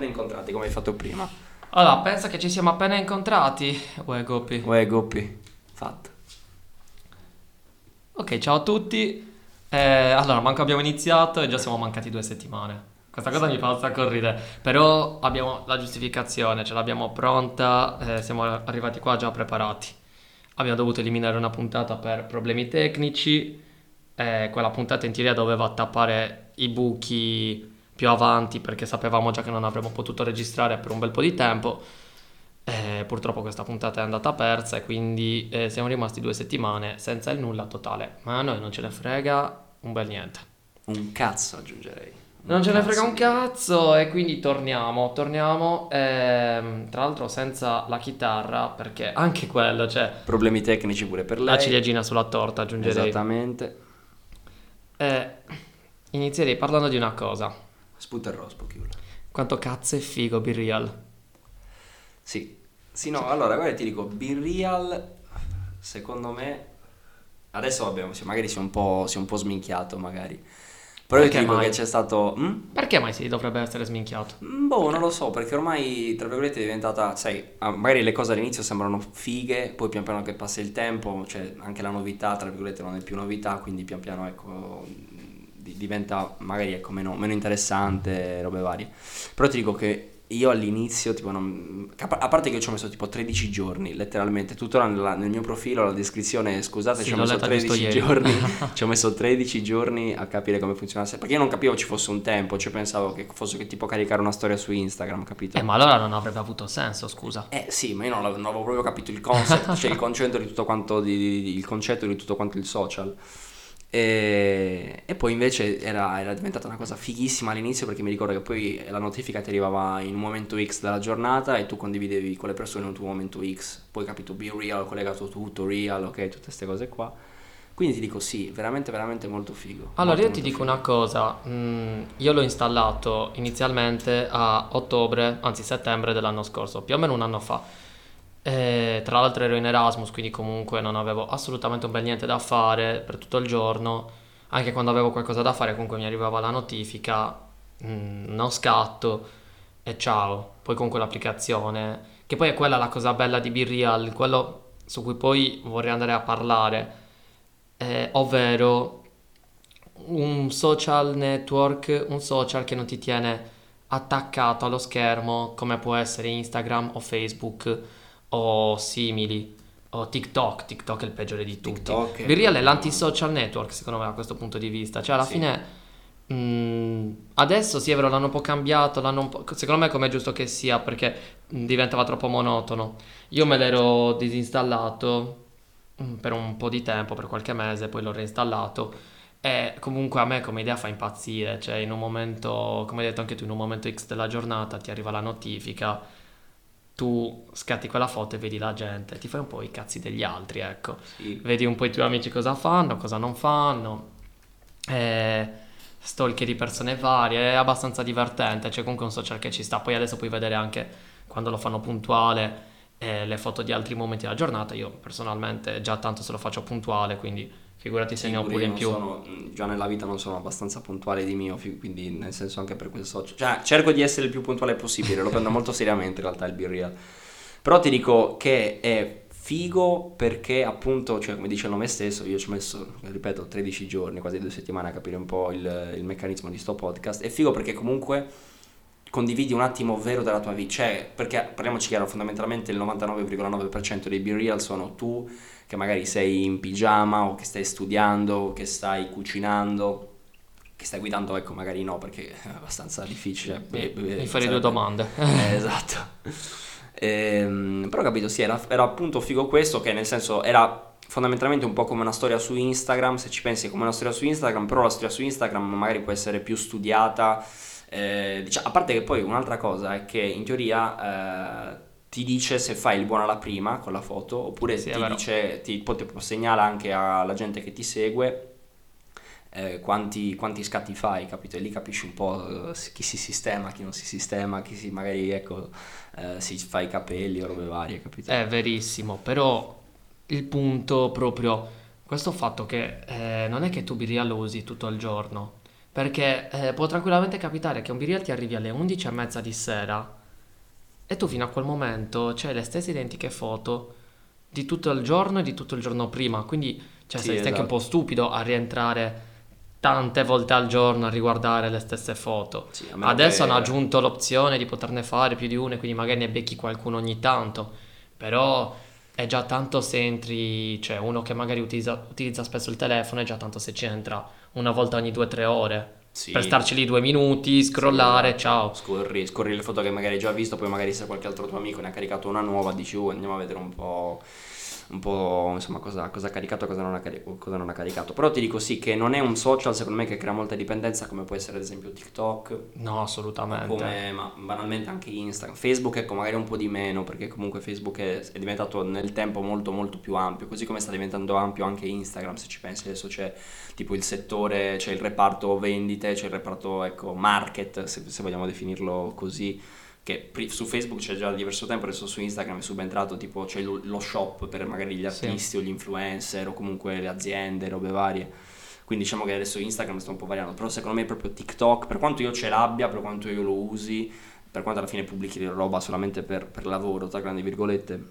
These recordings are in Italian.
appena incontrati, come hai fatto prima. Allora, pensa che ci siamo appena incontrati. Uè, Goppi. Uè, Goppi, fatto. Ok, ciao a tutti. Allora, manco abbiamo iniziato e già siamo mancati 2 settimane. Questa cosa mi fa un sacco ridere. Però abbiamo la giustificazione, ce l'abbiamo pronta. Siamo arrivati qua già preparati. Abbiamo dovuto eliminare una puntata per problemi tecnici. Quella puntata in teoria doveva tappare i buchi più avanti perché sapevamo già che non avremmo potuto registrare per un bel po' di tempo. Purtroppo questa puntata è andata persa e quindi siamo rimasti 2 settimane senza il nulla totale. Ma a noi non ce ne frega un bel niente. Un cazzo aggiungerei. Non ce ne frega un cazzo e quindi torniamo. Tra l'altro senza la chitarra perché anche quello, cioè Problemi tecnici pure per lei. la ciliegina sulla torta aggiungerei. Esattamente. Inizierei parlando di una cosa. Sputa il rospo, chiudo. Quanto cazzo è figo Be Real. Sì, no, allora guarda, ti dico, Be Real, secondo me, adesso vabbè, magari si è un po' sminchiato magari, però io ti Perché dico mai? che c'è stato, Perché mai si dovrebbe essere sminchiato? boh, non lo so, perché ormai, tra virgolette, è diventata, sai, magari le cose all'inizio sembrano fighe, poi pian piano che passa il tempo, cioè anche la novità, tra virgolette, non è più novità, quindi pian piano, ecco, diventa magari, ecco, meno interessante, robe varie. Però ti dico che io all'inizio, tipo, a parte che io ci ho messo tipo 13 giorni, letteralmente, tuttora nel mio profilo, la descrizione, scusate, Sì, ci ho l'ho messo letta giusto 13 ieri. giorni, ci ho messo 13 giorni a capire come funzionasse, perché io non capivo ci fosse un tempo, cioè pensavo che fosse che tipo caricare una storia su Instagram, capito? Ma allora non avrebbe avuto senso, scusa. Sì, ma io non avevo proprio capito il concept, cioè il concetto di tutto quanto il concetto di tutto quanto il social. E poi invece era diventata una cosa fighissima all'inizio, perché mi ricordo che poi la notifica ti arrivava in un momento X della giornata e tu condividevi con le persone un tuo momento X, poi capito, Be Real, collegato tutto, Real, ok, tutte queste cose qua. Quindi ti dico sì, veramente veramente molto figo. Allora Molto, io ti molto dico figo. una cosa, io l'ho installato inizialmente a ottobre, anzi settembre dell'anno scorso, più o meno un anno fa. Tra l'altro ero in Erasmus, quindi comunque non avevo assolutamente un bel niente da fare per tutto il giorno. Anche quando avevo qualcosa da fare comunque mi arrivava la notifica, non scatto e ciao. Poi comunque l'applicazione, che poi è quella la cosa bella di Be Real, quello su cui poi vorrei andare a parlare, ovvero un social network, un social che non ti tiene attaccato allo schermo come può essere Instagram o Facebook o simili o TikTok è il peggiore di tutti. TikTok è Be Real è proprio- l'anti-social network secondo me da questo punto di vista, cioè alla Sì. fine adesso sì è vero l'hanno un po' cambiato, secondo me come è giusto che sia perché diventava troppo monotono. Io me l'ero disinstallato per un po' di tempo, per qualche mese, poi l'ho reinstallato e comunque a me come idea fa impazzire, cioè in un momento, come hai detto anche tu, in un momento X della giornata ti arriva la notifica, tu scatti quella foto e vedi la gente, ti fai un po' i cazzi degli altri, ecco. Sì. Vedi un po' i tuoi amici cosa fanno, cosa non fanno, stalker di persone varie, è abbastanza divertente, c'è comunque un social che ci sta, poi adesso puoi vedere anche quando lo fanno puntuale le foto di altri momenti della giornata, io personalmente già tanto se lo faccio puntuale, quindi figurati se Sì, ne ho pure io in non più. sono, già nella vita non sono abbastanza puntuale di mio, quindi nel senso anche per quel social. Cioè, cerco di essere il più puntuale possibile, lo prendo molto seriamente in realtà il Be Real. Però ti dico che è figo perché appunto, cioè come dice il nome stesso, io ci ho messo, ripeto, 13 giorni, quasi 2 settimane a capire un po' il meccanismo di sto podcast. È figo perché comunque condividi un attimo vero della tua vita, cioè perché parliamoci chiaro, fondamentalmente il 99,9% dei Be Real sono tu che magari sei in pigiama o che stai studiando, o che stai cucinando, che stai guidando, ecco magari no perché è abbastanza difficile. Mi farei due domande. Esatto. Però capito, sì, era appunto figo questo, che nel senso era fondamentalmente un po' come una storia su Instagram, se ci pensi è come una storia su Instagram, però la storia su Instagram magari può essere più studiata, a parte che poi un'altra cosa è che in teoria ti dice se fai il buono alla prima con la foto, oppure Sì, è ti vero. dice, poi segnala anche alla gente che ti segue quanti scatti fai, capito? E lì capisci un po' chi si sistema, chi non si sistema, chi si magari ecco si fa i capelli o robe varie, capito? È verissimo, però il punto proprio questo fatto che non è che tu Be Real lo usi tutto il giorno, Perché può tranquillamente capitare che un BeReal ti arrivi alle 11:30 di sera e tu fino a quel momento c'hai le stesse identiche foto di tutto il giorno e di tutto il giorno prima. Quindi cioè, Sì, stai anche un po' esatto. stupido a rientrare tante volte al giorno a riguardare le stesse foto. Sì, a meno Adesso hanno che... aggiunto l'opzione di poterne fare più di una, e quindi magari ne becchi qualcuno ogni tanto. Però è già tanto se entri, cioè uno che magari utilizza spesso il telefono è già tanto se ci entra una volta ogni 2 o 3 ore. Per Sì, starci lì 2 minuti, sì, scrollare, esatto. ciao. Scorri le foto che magari hai già visto, poi magari se qualche altro tuo amico ne ha caricato una nuova, dici, andiamo a vedere un po' insomma cosa ha caricato e cosa non ha caricato. Però ti dico sì, che non è un social, secondo me, che crea molta dipendenza, come può essere ad esempio TikTok, No, o assolutamente. come ma banalmente anche Instagram. Facebook, ecco, magari un po' di meno, perché comunque Facebook è diventato nel tempo molto molto più ampio, così come sta diventando ampio anche Instagram, se ci pensi. Adesso c'è tipo il settore, c'è il reparto vendite, c'è il reparto, ecco, market, se vogliamo definirlo così, che su Facebook c'è già da diverso tempo, adesso su Instagram è subentrato, tipo c'è lo shop per magari gli Sì. artisti o gli influencer o comunque le aziende, robe varie. Quindi diciamo che adesso Instagram sta un po' variando, però secondo me proprio TikTok, per quanto io ce l'abbia, per quanto io lo usi, per quanto alla fine pubblichi roba solamente per lavoro, tra grandi virgolette,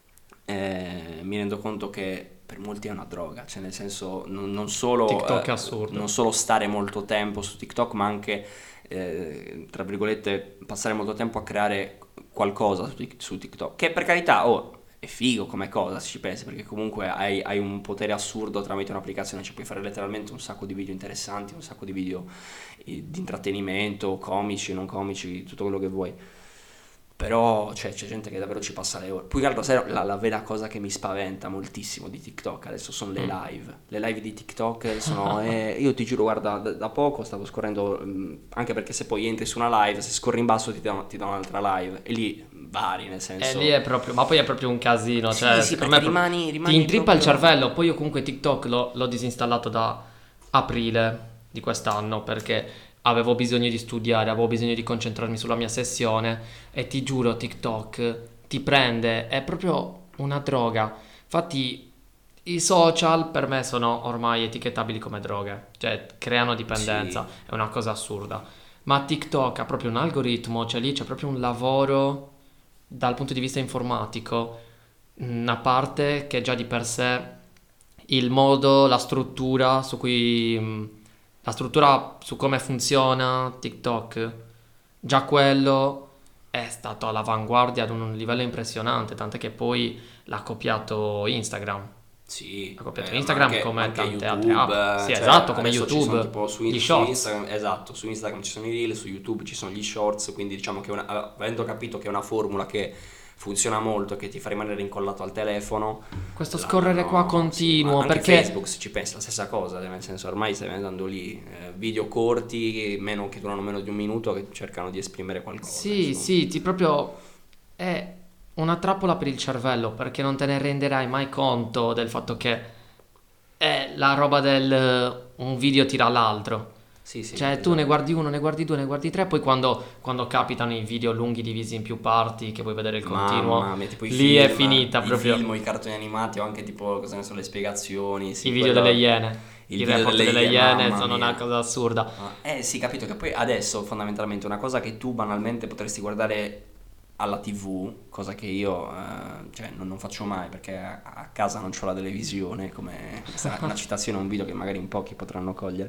mi rendo conto che per molti è una droga, cioè nel senso TikTok è assurdo. non solo stare molto tempo su TikTok, ma anche, tra virgolette, passare molto tempo a creare qualcosa su TikTok, che per carità, è figo come cosa, se ci pensi, perché comunque hai un potere assurdo tramite un'applicazione, ci puoi fare letteralmente un sacco di video interessanti, un sacco di video di intrattenimento, comici, non comici, tutto quello che vuoi. Però cioè, c'è gente che davvero ci passa le ore. Più che altro, sai, la vera cosa che mi spaventa moltissimo di TikTok adesso sono le Mm. live. Le live di TikTok sono... io ti giuro, guarda, da poco stavo scorrendo, anche perché se poi entri su una live, se scorri in basso ti dà un'altra live. E lì vari, nel E lì senso... è proprio, ma poi è proprio un casino, Sì, cioè sì, secondo perché me ti rimani intrippa il proprio... cervello. Poi io comunque TikTok l'ho disinstallato da aprile di quest'anno perché avevo bisogno di studiare, avevo bisogno di concentrarmi sulla mia sessione e ti giuro TikTok ti prende, è proprio una droga. Infatti i social per me sono ormai etichettabili come droghe, cioè creano dipendenza, Sì, è una cosa assurda. Ma TikTok ha proprio un algoritmo, cioè lì c'è proprio un lavoro dal punto di vista informatico, a parte che già di per sé il modo, la struttura su come funziona TikTok, già quello è stato all'avanguardia ad un livello impressionante, tant'è che poi l'ha copiato Instagram. sì, Ha copiato ma Instagram anche, come anche tante altre YouTube, app. Sì, cioè esatto, come adesso ci sono YouTube, tipo gli su shorts. Instagram, esatto, su Instagram ci sono i reel, su YouTube ci sono gli shorts, quindi diciamo che avendo capito che è una formula che funziona molto, che ti fa rimanere incollato al telefono, Questo scorrere qua sì, ma continuo, anche perché Facebook, se ci pensi, la stessa cosa, nel senso ormai stai andando lì, video corti, che durano meno di un minuto, che cercano di esprimere qualcosa, sì, insomma. sì, ti proprio è una trappola per il cervello, perché non te ne renderai mai conto del fatto che è la roba del un video tira l'altro. Sì, sì, Cioè, tu ne esatto. guardi uno, ne guardi due, ne guardi tre, poi quando capitano i video lunghi divisi in più parti, che puoi vedere il Mamma continuo, mia, tipo lì è finita i proprio. film o i cartoni animati o anche tipo, cosa ne so, le spiegazioni, I sì, video delle quello, Iene. il I video report delle delle Iene, Iene mamma sono una mia. cosa assurda. Sì, capito che poi adesso fondamentalmente una cosa che tu banalmente potresti guardare alla TV, cosa che io cioè, non faccio mai perché a casa non ho la televisione, come questa è una citazione a un video che magari in pochi potranno cogliere.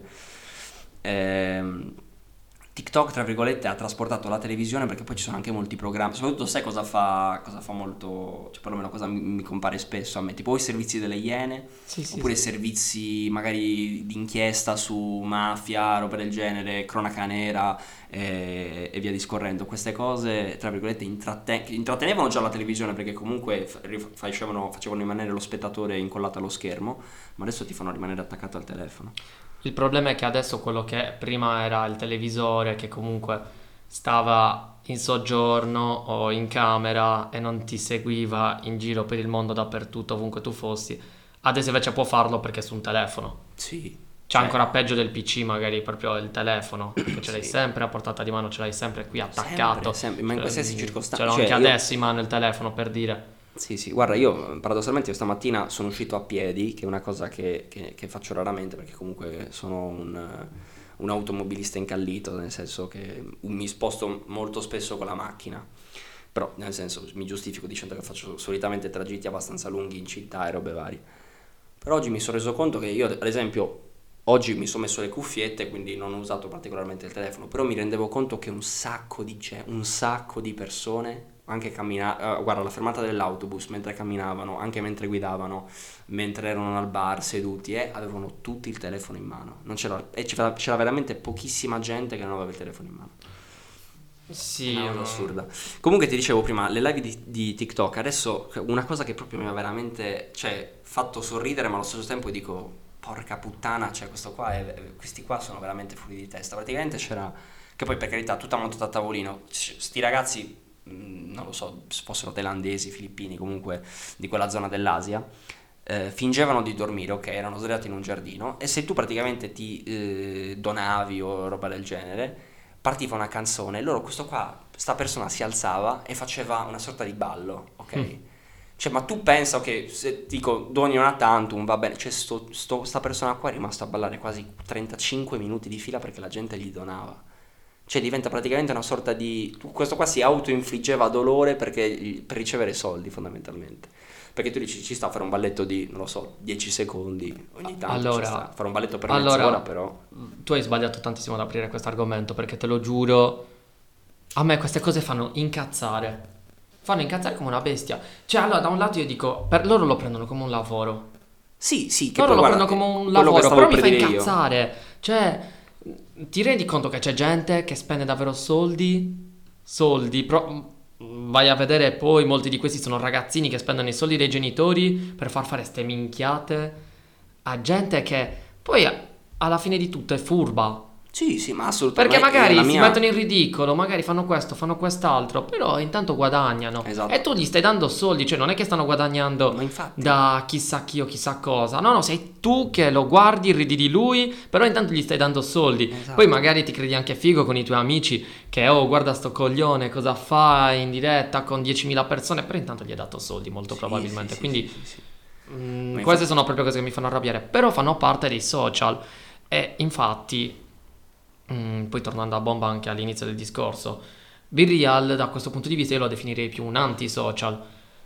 Ehm, TikTok, tra virgolette, ha trasportato la televisione perché poi ci sono anche molti programmi. Soprattutto sai cosa fa molto, cioè perlomeno cosa mi compare spesso a me, tipo i servizi delle Iene, Sì, sì, oppure sì. servizi magari di inchiesta su mafia, roba del genere, cronaca nera e via discorrendo. Queste cose, tra virgolette, intrattenevano già la televisione perché comunque facevano rimanere lo spettatore incollato allo schermo, ma adesso ti fanno rimanere attaccato al telefono. Il problema è che adesso quello che prima era il televisore, che comunque stava in soggiorno o in camera e non ti seguiva in giro per il mondo dappertutto, ovunque tu fossi, adesso invece può farlo perché è su un telefono. Sì, C'è cioè, ancora peggio del PC, magari proprio il telefono, che ce l'hai sì. sempre a portata di mano, ce l'hai sempre qui Sempre, attaccato. sempre, ma in qualsiasi Ce circostanza. l'ho Cioè, anche io. adesso in mano il telefono per dire. Sì, sì, guarda, io paradossalmente stamattina sono uscito a piedi, che è una cosa che faccio raramente perché comunque sono un un automobilista incallito, nel senso che mi sposto molto spesso con la macchina, però nel senso mi giustifico dicendo che faccio solitamente tragitti abbastanza lunghi in città e robe varie. Però oggi mi sono reso conto che io, ad esempio, oggi mi sono messo le cuffiette, quindi non ho usato particolarmente il telefono, però mi rendevo conto che un sacco di persone, anche guarda, alla fermata dell'autobus, mentre camminavano, anche mentre guidavano, mentre erano al bar seduti, avevano tutti il telefono in mano. Non c'era veramente pochissima gente che non aveva il telefono in mano. Sì, Una cosa assurda. Comunque ti dicevo prima, le live di TikTok, adesso una cosa che proprio mi ha veramente, cioè, fatto sorridere, ma allo stesso tempo dico, porca puttana, cioè questi qua sono veramente fuori di testa. Praticamente c'era, che poi per carità, tutta montata a tavolino, sti ragazzi, non lo so, fossero thailandesi, filippini, comunque di quella zona dell'Asia, fingevano di dormire, ok, erano sdraiati in un giardino, e se tu praticamente ti donavi o roba del genere, partiva una canzone, sta persona si alzava e faceva una sorta di ballo, ok? Cioè, ma tu pensa che se dico doni una tantum, va bene, cioè sta persona qua è rimasta a ballare quasi 35 minuti di fila perché la gente gli donava. Cioè diventa praticamente una sorta di... Questo qua si autoinfliggeva dolore per ricevere soldi fondamentalmente. Perché tu dici ci sta a fare un balletto di, non lo so, 10 secondi ogni tanto, allora, ci sta a fare un balletto per mezz'ora però. Tu hai sbagliato tantissimo ad aprire questo argomento, perché te lo giuro, a me queste cose fanno incazzare. Fanno incazzare come una bestia. Cioè, allora, da un lato io dico, per loro lo prendono come un lavoro. Sì, che Loro poi, lo guarda, prendono come un quello che lavoro, stavo però mi per fa dire io. incazzare. Cioè, ti rendi conto che c'è gente che spende davvero soldi, vai a vedere poi molti di questi sono ragazzini che spendono i soldi dei genitori per far fare ste minchiate a gente che poi alla fine di tutto è furba. Sì, ma assolutamente. Perché magari si mettono in ridicolo, magari fanno questo, fanno quest'altro, però intanto guadagnano. Esatto. E tu gli stai dando soldi, cioè non è che stanno guadagnando Ma infatti. da chissà chi o chissà cosa. No, sei tu che lo guardi, ridi di lui, però intanto gli stai dando soldi. Esatto. Poi magari ti credi anche figo con i tuoi amici che, oh, guarda sto coglione, cosa fa in diretta con 10.000 persone, però intanto gli hai dato soldi molto probabilmente. Quindi sì. queste sono proprio cose che mi fanno arrabbiare, però fanno parte dei social. E infatti... poi tornando a bomba anche all'inizio del discorso, BeReal da questo punto di vista io lo definirei più un anti-social,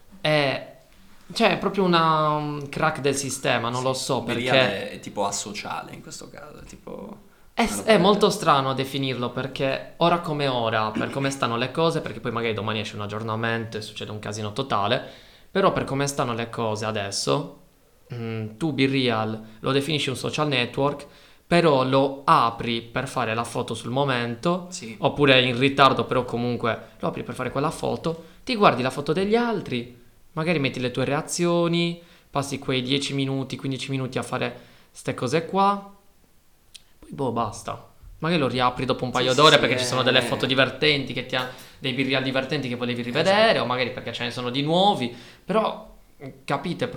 cioè è proprio un crack del sistema, non lo so BeReal perché è tipo asociale in questo caso, tipo... è molto strano a definirlo, perché ora come ora, per come stanno le cose, perché poi magari domani esce un aggiornamento e succede un casino totale, però per come stanno le cose adesso, tu BeReal lo definisci un social network, però lo apri per fare la foto sul momento, Sì. oppure in ritardo, però comunque lo apri per fare quella foto, ti guardi la foto degli altri, magari metti le tue reazioni, passi quei 10 minuti, 15 minuti a fare ste cose qua, poi basta. Magari lo riapri dopo un paio d'ore perché ci sono delle foto divertenti, dei BeReal divertenti che volevi rivedere, Esatto. o magari perché ce ne sono di nuovi, però capite,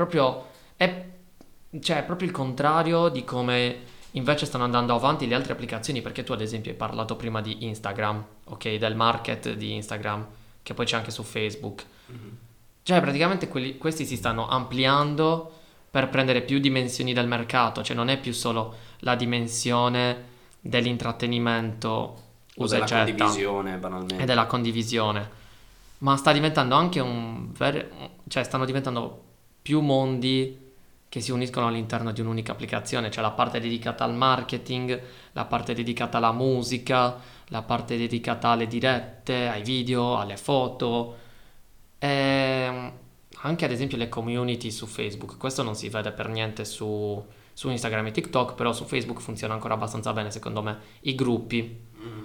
cioè, è proprio il contrario di come... Invece stanno andando avanti le altre applicazioni, perché tu ad esempio hai parlato prima di Instagram, ok, del market di Instagram, che poi c'è anche su Facebook. Cioè praticamente questi si stanno ampliando per prendere più dimensioni del mercato, cioè non è più solo la dimensione dell'intrattenimento O usa e della getta condivisione, banalmente. e della condivisione, ma sta diventando anche cioè stanno diventando più mondi che si uniscono all'interno di un'unica applicazione. C'è la parte dedicata al marketing, la parte dedicata alla musica, la parte dedicata alle dirette, ai video, alle foto, e anche ad esempio le community su Facebook. Questo non si vede per niente su Instagram e TikTok, però su Facebook funziona ancora abbastanza bene secondo me. I gruppi,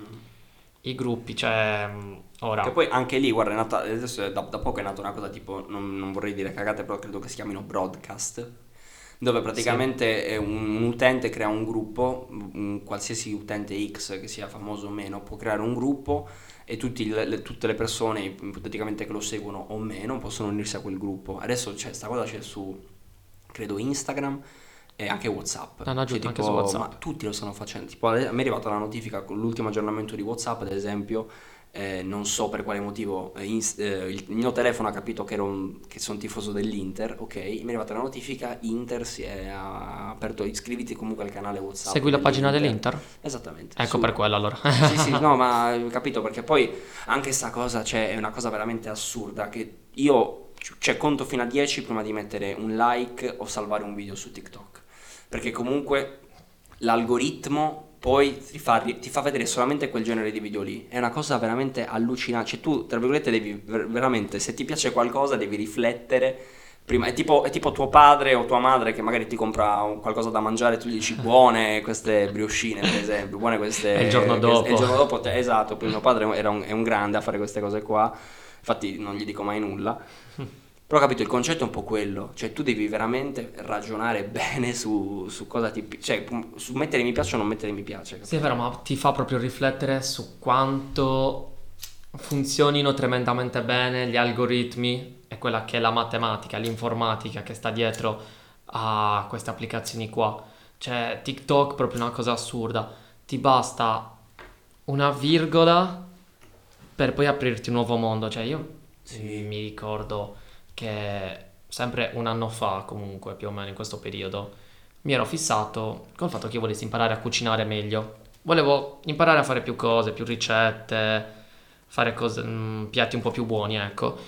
cioè ora... Che poi anche lì, guarda, adesso da poco è nata una cosa tipo, non vorrei dire cagate, però credo che si chiamino broadcast, dove praticamente un utente crea un gruppo, un qualsiasi utente X che sia famoso o meno può creare un gruppo e tutte le persone ipoteticamente che lo seguono o meno possono unirsi a quel gruppo. Adesso sta cosa c'è su, credo, Instagram e anche WhatsApp. L'hanno aggiunto anche su WhatsApp. Ma tutti lo stanno facendo. Tipo, a me è arrivata la notifica con l'ultimo aggiornamento di WhatsApp, ad esempio, non so per quale motivo, il mio telefono ha capito che sono tifoso dell'Inter, ok? Mi è arrivata la notifica, Inter si è aperto, iscriviti comunque al canale WhatsApp. Segui la pagina dell'Inter? Esattamente. Ecco, per quello allora. Sì, sì, no, ma ho capito, perché poi anche sta cosa, cioè, è una cosa veramente assurda, che io, cioè, conto fino a 10 prima di mettere un like o salvare un video su TikTok, perché comunque l'algoritmo poi ti fa vedere solamente quel genere di video lì. È una cosa veramente allucinante. Cioè tu, tra virgolette, devi veramente, se ti piace qualcosa, devi riflettere prima. È tipo tuo padre o tua madre che magari ti compra qualcosa da mangiare e tu gli dici buone queste briochine, per esempio, buone queste... E il giorno dopo. E il giorno dopo, esatto, poi mio padre è un grande a fare queste cose qua, infatti non gli dico mai nulla. Però capito, il concetto è un po' quello, cioè tu devi veramente ragionare bene su cosa cioè su mettere mi piace o non mettere mi piace. Capito? Sì, è vero, ma ti fa proprio riflettere su quanto funzionino tremendamente bene gli algoritmi e quella che è la matematica, l'informatica che sta dietro a queste applicazioni qua. Cioè, TikTok è proprio una cosa assurda. Ti basta una virgola per poi aprirti un nuovo mondo. Cioè, io mi ricordo che sempre un anno fa, comunque, più o meno in questo periodo, mi ero fissato col fatto che io volessi imparare a cucinare meglio. Volevo imparare a fare più cose, più ricette, fare cose, piatti un po' più buoni, ecco.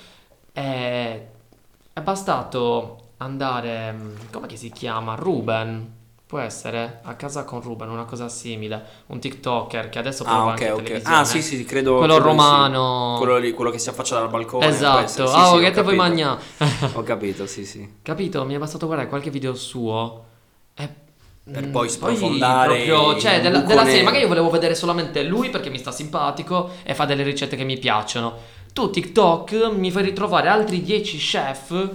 E è bastato andare, come che si chiama? Ruben, può essere? A casa con Ruben, una cosa simile. Un TikToker che adesso prova anche in televisione. Ah, sì, sì, credo. Quello credo romano. Sì. Quello lì, quello che si affaccia dal balcone. Esatto. Sì, Ah, sì, che te vuoi mangiare? Ho capito, sì, sì. Capito? Mi è bastato guardare qualche video suo e Per poi sprofondare proprio, cioè il della bucone- serie, magari io volevo vedere solamente lui perché mi sta simpatico e fa delle ricette che mi piacciono. Tu TikTok mi fai ritrovare altri 10 chef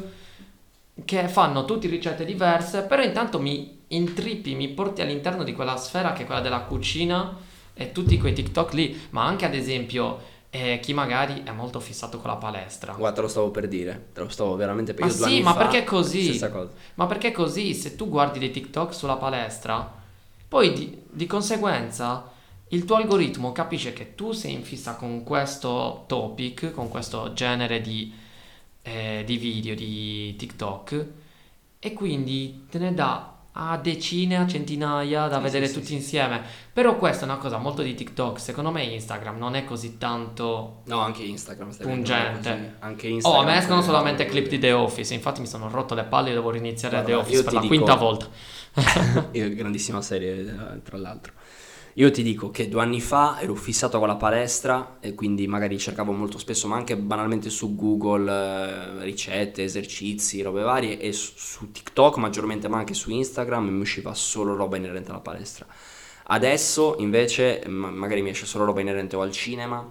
che fanno tutte ricette diverse, però intanto mi intrippi, mi porti all'interno di quella sfera che è quella della cucina e tutti quei TikTok lì, ma anche ad esempio chi magari è molto fissato con la palestra. Guarda, te lo stavo per dire, te lo stavo veramente per Ma io 2 sì, anni ma fa, perché è così? Stessa cosa. Ma perché così? Se tu guardi dei TikTok sulla palestra, poi di conseguenza il tuo algoritmo capisce che tu sei in fissa con questo topic, con questo genere di video, di TikTok, e quindi te ne dà a decine, a centinaia da Sì, vedere sì, tutti sì, insieme. Però questa è una cosa molto di TikTok. Secondo me Instagram non è così tanto No, anche Instagram stai pungente. vedendo così. Anche Oh, Instagram. a me escono è- solamente clip di The Office. Infatti mi sono rotto le palle e devo riniziare Guarda, The Office io per ti la dico- quinta volta. Grandissima serie, tra l'altro. Io ti dico che 2 anni fa ero fissato con la palestra e quindi magari cercavo molto spesso, ma anche banalmente su Google, ricette, esercizi, robe varie, e su TikTok maggiormente, ma anche su Instagram mi usciva solo roba inerente alla palestra. Adesso invece magari mi esce solo roba inerente o al cinema,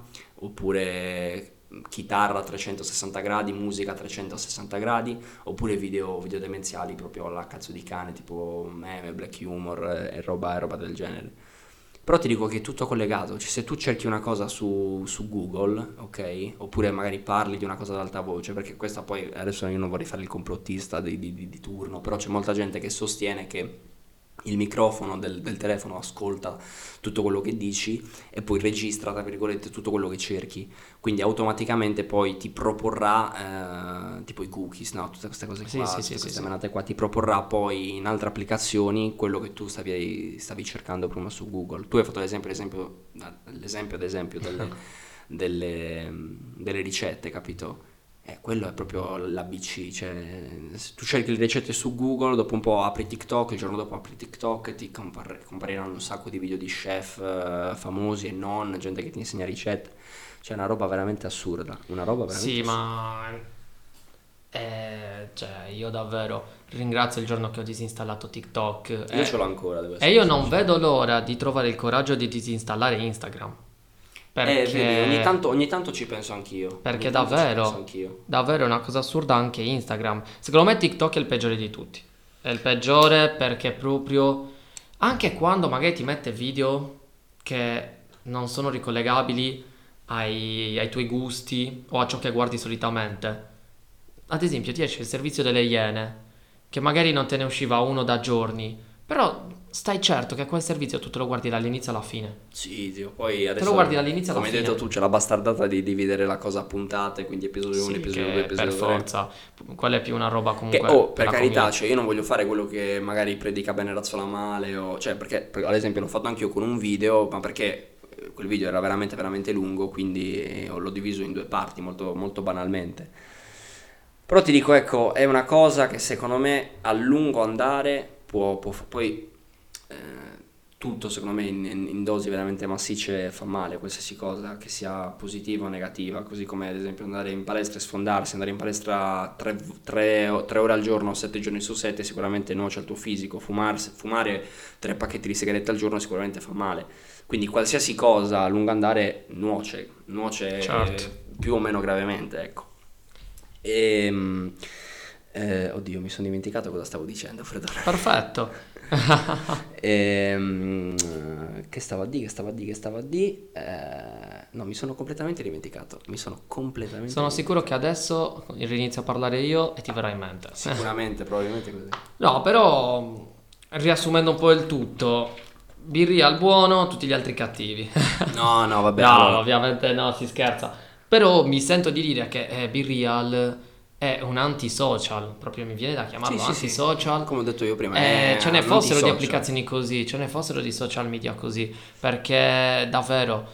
oppure chitarra a 360 gradi, musica a 360 gradi, oppure video demenziali proprio alla cazzo di cane, tipo meme, black humor e roba del genere. Però ti dico che è tutto collegato, cioè se tu cerchi una cosa su Google, ok? Oppure magari parli di una cosa ad alta voce, perché questa poi, adesso io non vorrei fare il complottista di turno, però c'è molta gente che sostiene che il microfono del telefono ascolta tutto quello che dici e poi registra, tra virgolette, tutto quello che cerchi, quindi automaticamente poi ti proporrà tipo i cookies, no? Tutte queste cose qua, tutte queste menate qua, ti proporrà poi in altre applicazioni quello che tu stavi cercando prima su Google. Tu hai fatto l'esempio ad esempio delle ricette, capito? Quello è proprio l'ABC, cioè se tu cerchi le ricette su Google, dopo un po' apri TikTok, il giorno dopo apri TikTok e ti compariranno un sacco di video di chef famosi e non, gente che ti insegna ricette, cioè una roba veramente assurda, una roba veramente Sì, assurda. ma cioè io davvero ringrazio il giorno che ho disinstallato TikTok Io ce l'ho ancora, devo e essere io non sincero. vedo l'ora di trovare il coraggio di disinstallare Instagram. Vedi, Perché ogni tanto ci penso anch'io. Perché Ogni tanto ci penso davvero, anch'io. davvero è una cosa assurda anche Instagram. Secondo me TikTok è il peggiore di tutti. È il peggiore perché proprio, anche quando magari ti mette video che non sono ricollegabili ai tuoi gusti o a ciò che guardi solitamente. Ad esempio ti esce il servizio delle Iene, che magari non te ne usciva uno da giorni, Però stai certo che quel servizio tu te lo guardi dall'inizio alla fine. Sì, zio, poi adesso Te lo guardi dall'inizio alla come hai fine. detto tu, c'è la bastardata di dividere la cosa a puntate, quindi episodio 1, Sì, episodio 2, che episodio per 3. forza, quella è più una roba Che, comunque oh, per per la carità, community. cioè io non voglio fare quello che magari predica bene razzola male, cioè perché ad esempio l'ho fatto anche io con un video, ma perché quel video era veramente veramente lungo, quindi l'ho diviso in due parti, molto, molto banalmente. Però ti dico, ecco, è una cosa che secondo me a lungo andare poi eh, tutto secondo me in dosi veramente massicce fa male, qualsiasi cosa, che sia positiva o negativa, così come ad esempio andare in palestra e sfondarsi, andare in palestra 3 ore al giorno, 7 giorni su 7 sicuramente nuoce al tuo fisico, fumare 3 pacchetti di sigarette al giorno sicuramente fa male, quindi qualsiasi cosa a lungo andare nuoce Certo. più o meno gravemente, ecco. E, oddio, mi sono dimenticato cosa stavo dicendo, Freddone. Perfetto. Che stavo a di? No, mi sono completamente dimenticato. Sono sicuro che adesso rinizio a parlare io e ti verrà in mente. Sicuramente, probabilmente così. No, però riassumendo un po' il tutto, Birria buono, tutti gli altri cattivi. No, no, vabbè. No, Allora, ovviamente no, si scherza. Però mi sento di dire che Birreal è un antisocial, proprio mi viene da chiamarlo sì, sì, sì. antisocial. Come ho detto io prima, Ce ne un fossero di antisocial. applicazioni così, ce ne fossero di social media così, perché davvero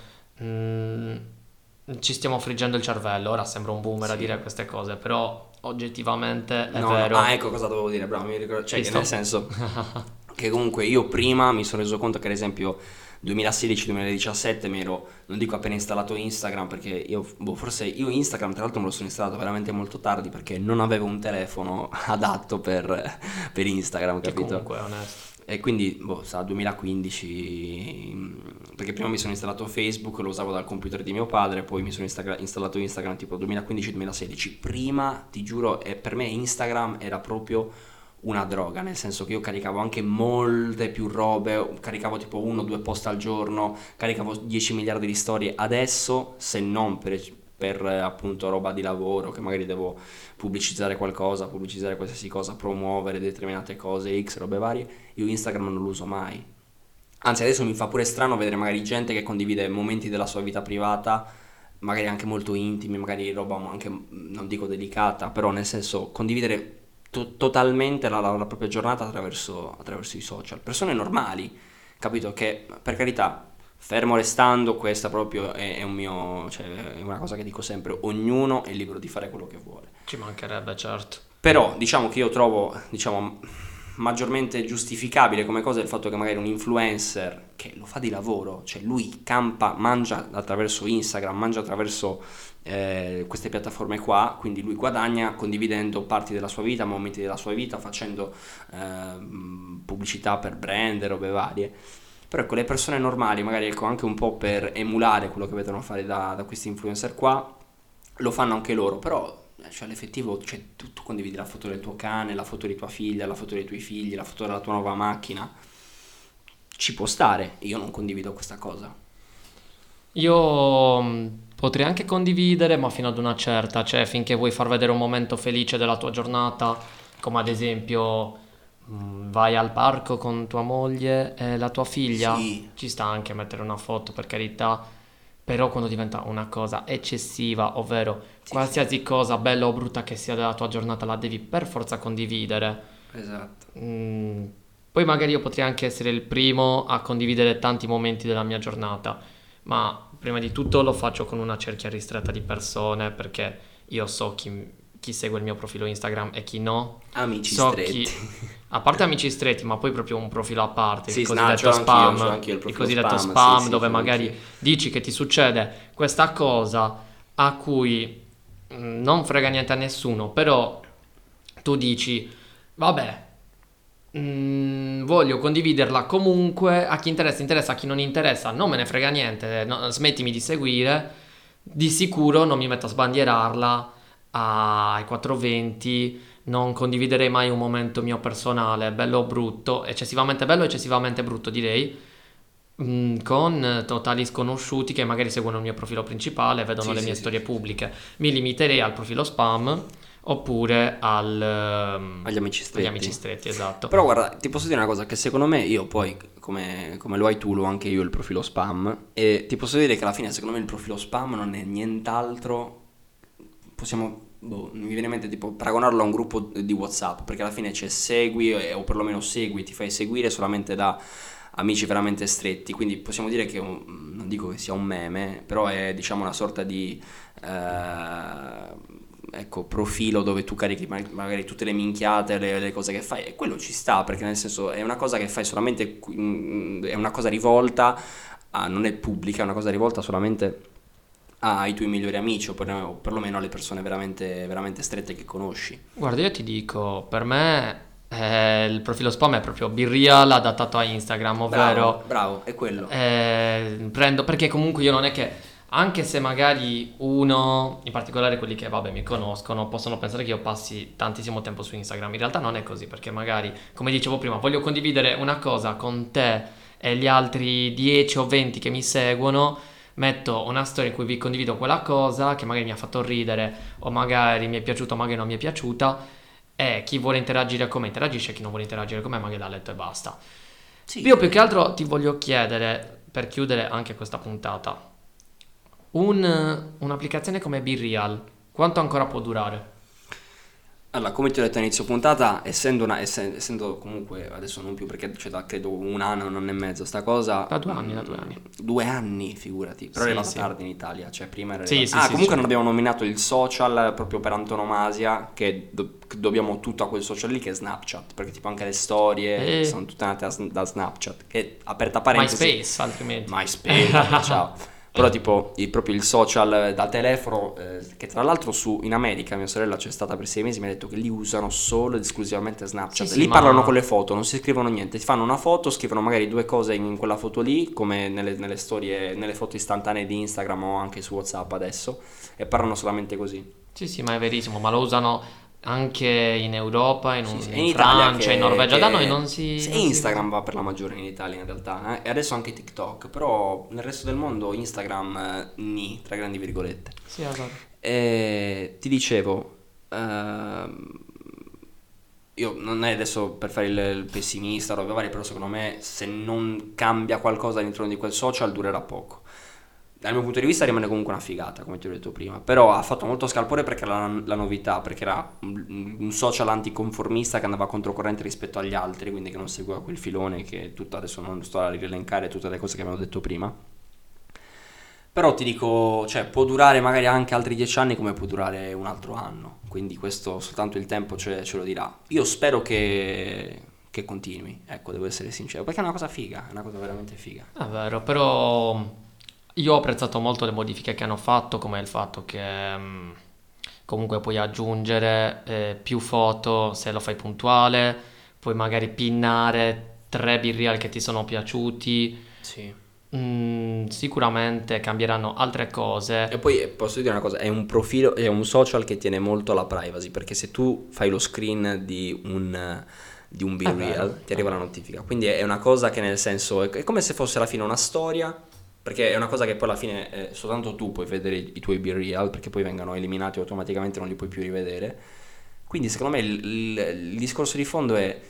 ci stiamo friggendo il cervello. Ora sembra un boomer a Sì. dire queste cose, però oggettivamente è No, vero. ah, ecco cosa dovevo dire, bravo, mi ricordo. Cioè, Ci che sto. nel senso che comunque io prima mi sono reso conto che ad esempio 2016-2017 mi ero, non dico appena installato Instagram, perché io, forse io Instagram tra l'altro me lo sono installato veramente molto tardi perché non avevo un telefono adatto per Instagram, Che capito? comunque è onesto. E quindi, sarà 2015, perché prima mi sono installato Facebook, lo usavo dal computer di mio padre, poi mi sono installato Instagram tipo 2015-2016. Prima, ti giuro, per me Instagram era proprio una droga, nel senso che io caricavo anche molte più robe, caricavo tipo 1 o 2 post al giorno, caricavo 10 miliardi di storie. Adesso, se non per appunto roba di lavoro, che magari devo pubblicizzare qualcosa, pubblicizzare qualsiasi cosa, promuovere determinate cose, X, robe varie, io Instagram non lo uso mai. Anzi, adesso mi fa pure strano vedere magari gente che condivide momenti della sua vita privata, magari anche molto intimi, magari roba anche, non dico delicata, però nel senso condividere totalmente la propria giornata attraverso i social. Persone normali, capito? Che per carità, fermo restando, questa proprio è un mio, cioè è una cosa che dico sempre, ognuno è libero di fare quello che vuole. Ci mancherebbe, certo. Però diciamo che io trovo, diciamo, maggiormente giustificabile come cosa il fatto che magari un influencer che lo fa di lavoro, cioè lui campa, mangia attraverso Instagram, mangia attraverso queste piattaforme qua, quindi lui guadagna condividendo parti della sua vita, momenti della sua vita, facendo pubblicità per brand, robe varie. Però ecco, le persone normali, magari ecco, anche un po' per emulare quello che vedono fare da questi influencer qua, lo fanno anche loro, però cioè, all'effettivo cioè, tu condividi la foto del tuo cane, la foto di tua figlia, la foto dei tuoi figli, la foto della tua nuova macchina, ci può stare, io non condivido questa cosa. Io potrei anche condividere, ma fino ad una certa, cioè finché vuoi far vedere un momento felice della tua giornata, come ad esempio vai al parco con tua moglie e la tua figlia, Sì. ci sta anche mettere una foto per carità, però quando diventa una cosa eccessiva, ovvero Sì, qualsiasi cosa bella o brutta che sia della tua giornata la devi per forza condividere. Esatto. Poi magari io potrei anche essere il primo a condividere tanti momenti della mia giornata, ma prima di tutto lo faccio con una cerchia ristretta di persone perché io so chi segue il mio profilo Instagram e chi no. Amici So stretti. a parte amici stretti, ma poi proprio un profilo a parte, Sì, il no, cosiddetto c'ho spam, anch'io il il profilo cosiddetto spam, spam, sì, sì, dove c'ho magari anch'io. dici che ti succede questa cosa a cui non frega niente a nessuno, però tu dici, vabbè, voglio condividerla comunque, a chi interessa, a chi non interessa, non me ne frega niente, smettimi di seguire, di sicuro non mi metto a sbandierarla ai 420, non condividerei mai un momento mio personale, bello o brutto, eccessivamente bello o eccessivamente brutto direi, con totali sconosciuti che magari seguono il mio profilo principale, vedono Sì, le sì, mie sì, storie sì, sì. pubbliche. Mi limiterei al profilo spam oppure agli amici agli stretti. amici stretti, esatto. Però guarda, ti posso dire una cosa, che secondo me io poi, come lo hai tu, lo ho anche io il profilo spam, e ti posso dire che alla fine secondo me il profilo spam non è nient'altro, mi viene in mente tipo paragonarlo a un gruppo di WhatsApp, perché alla fine c'è segui, o perlomeno segui, ti fai seguire solamente da amici veramente stretti, quindi possiamo dire che non dico che sia un meme, però è diciamo una sorta di ecco, profilo dove tu carichi magari tutte le minchiate, le cose che fai, e quello ci sta, perché nel senso è una cosa che fai solamente, è una cosa rivolta non è pubblica, è una cosa rivolta solamente ai tuoi migliori amici, o perlomeno alle persone veramente, veramente strette che conosci. Guarda, io ti dico, per me il profilo spam è proprio BeReal adattato a Instagram, ovvero Bravo, è quello. prendo, perché comunque io non è che, anche se magari uno, in particolare quelli che vabbè mi conoscono, possono pensare che io passi tantissimo tempo su Instagram, in realtà non è così, perché magari, come dicevo prima, voglio condividere una cosa con te e gli altri 10 o 20 che mi seguono, metto una storia in cui vi condivido quella cosa che magari mi ha fatto ridere o magari mi è piaciuta o magari non mi è piaciuta, e chi vuole interagire con me interagisce, chi non vuole interagire con me magari l'ha letto e basta. Sì. Io più che altro ti voglio chiedere, per chiudere anche questa puntata, un'applicazione come BeReal, quanto ancora può durare? Allora, come ti ho detto a inizio puntata, essendo comunque, adesso non più perché c'è da credo un anno e mezzo sta cosa. Da 2 anni, da 2 anni. 2 anni, figurati. Però Sì, è arrivata sì. tardi in Italia, cioè prima era Sì, arrivata. sì, sì, comunque certo. non abbiamo nominato il social proprio per antonomasia, che dobbiamo tutto a quel social lì, che è Snapchat, perché tipo anche le storie sono tutte nate da Snapchat, che aperta parentesi. MySpace, altrimenti. MySpace, ciao. Però tipo proprio il social da telefono, che tra l'altro in America mia sorella c'è stata per 6 mesi, mi ha detto che lì usano solo ed esclusivamente Snapchat. Sì, Lì ma- parlano con le foto, non si scrivono niente, ti fanno una foto, scrivono magari due cose in quella foto lì, come nelle storie, nelle foto istantanee di Instagram o anche su WhatsApp adesso, e parlano solamente così. Sì, sì, ma è verissimo, ma lo usano anche in Europa, in E in Italia Francia, in Norvegia, da noi non si... sì, non si- Instagram va per la maggiore in Italia in realtà, e adesso anche TikTok, però nel resto del mondo Instagram tra grandi virgolette. Sì, esatto. E ti dicevo, io non è adesso per fare il pessimista, robe varie, però secondo me se non cambia qualcosa all'interno di quel social durerà poco. Dal mio punto di vista rimane comunque una figata, come ti ho detto prima, però ha fatto molto scalpore perché era la novità, perché era un social anticonformista che andava controcorrente rispetto agli altri, quindi che non seguiva quel filone che adesso non sto a rielencare tutte le cose che avevo detto prima. Però ti dico, cioè può durare magari anche altri 10 anni come può durare un altro anno, quindi questo soltanto il tempo ce lo dirà. Io spero che continui, ecco, devo essere sincero, perché è una cosa figa, è una cosa veramente figa. È vero, però io ho apprezzato molto le modifiche che hanno fatto, come il fatto che comunque puoi aggiungere più foto se lo fai puntuale, puoi magari pinnare 3 BeReal che ti sono piaciuti. Sì. Sicuramente cambieranno altre cose. E poi posso dire una cosa, è un profilo, è un social che tiene molto alla privacy, perché se tu fai lo screen di un vero, BeReal ti arriva la notifica, quindi è una cosa che nel senso è come se fosse alla fine una storia, perché è una cosa che poi alla fine soltanto tu puoi vedere i tuoi BeReal, perché poi vengono eliminati automaticamente, non li puoi più rivedere. Quindi secondo me il discorso di fondo è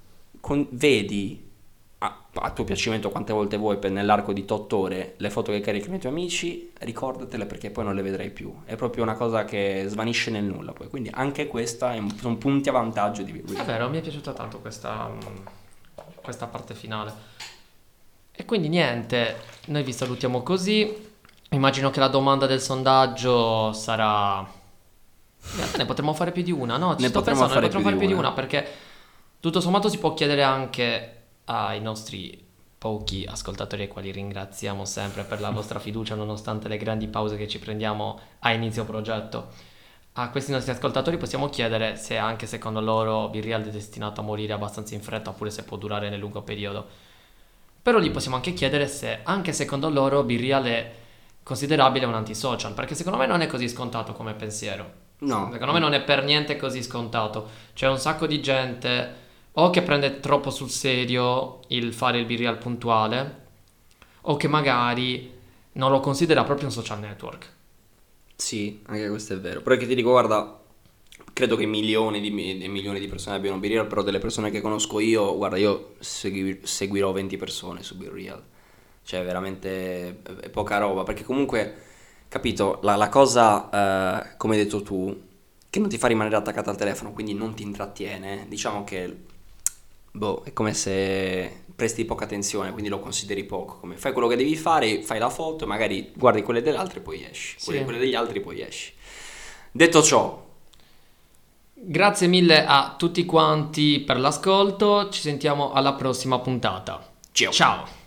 vedi a tuo piacimento quante volte vuoi nell'arco di 8 ore le foto che carichi ai tuoi amici, ricordatele perché poi non le vedrai più, è proprio una cosa che svanisce nel nulla poi, quindi anche questa sono punti a vantaggio di È vero, mi è piaciuta tanto questa parte finale. E quindi niente, noi vi salutiamo così. Immagino che la domanda del sondaggio sarà... In realtà ne potremmo fare più di una, no? Ne potremmo fare Più di una perché tutto sommato si può chiedere anche ai nostri pochi ascoltatori, ai quali ringraziamo sempre per la vostra fiducia nonostante le grandi pause che ci prendiamo a inizio progetto. A questi nostri ascoltatori possiamo chiedere se anche secondo loro BeReal è destinato a morire abbastanza in fretta oppure se può durare nel lungo periodo. Però gli possiamo anche chiedere se anche secondo loro BeReal è considerabile un antisocial, perché secondo me non è così scontato come pensiero. No. Secondo me non è per niente così scontato. C'è un sacco di gente o che prende troppo sul serio il fare il BeReal puntuale, o che magari non lo considera proprio un social network. Sì, anche questo è vero, però che ti dico, guarda, credo che milioni e milioni di persone abbiano Be Real, però delle persone che conosco io, guarda, io seguirò 20 persone su Be Real. Cioè, veramente è poca roba, perché comunque, capito, la cosa, come hai detto tu, che non ti fa rimanere attaccato al telefono, quindi non ti intrattiene, diciamo che, boh, è come se presti poca attenzione, quindi lo consideri poco, come fai quello che devi fare, fai la foto, magari guardi quelle delle altre e poi esci, Sì. quelle degli altri poi esci. Detto ciò, Grazie mille a tutti quanti per l'ascolto, ci sentiamo alla prossima puntata. ciao. Ciao!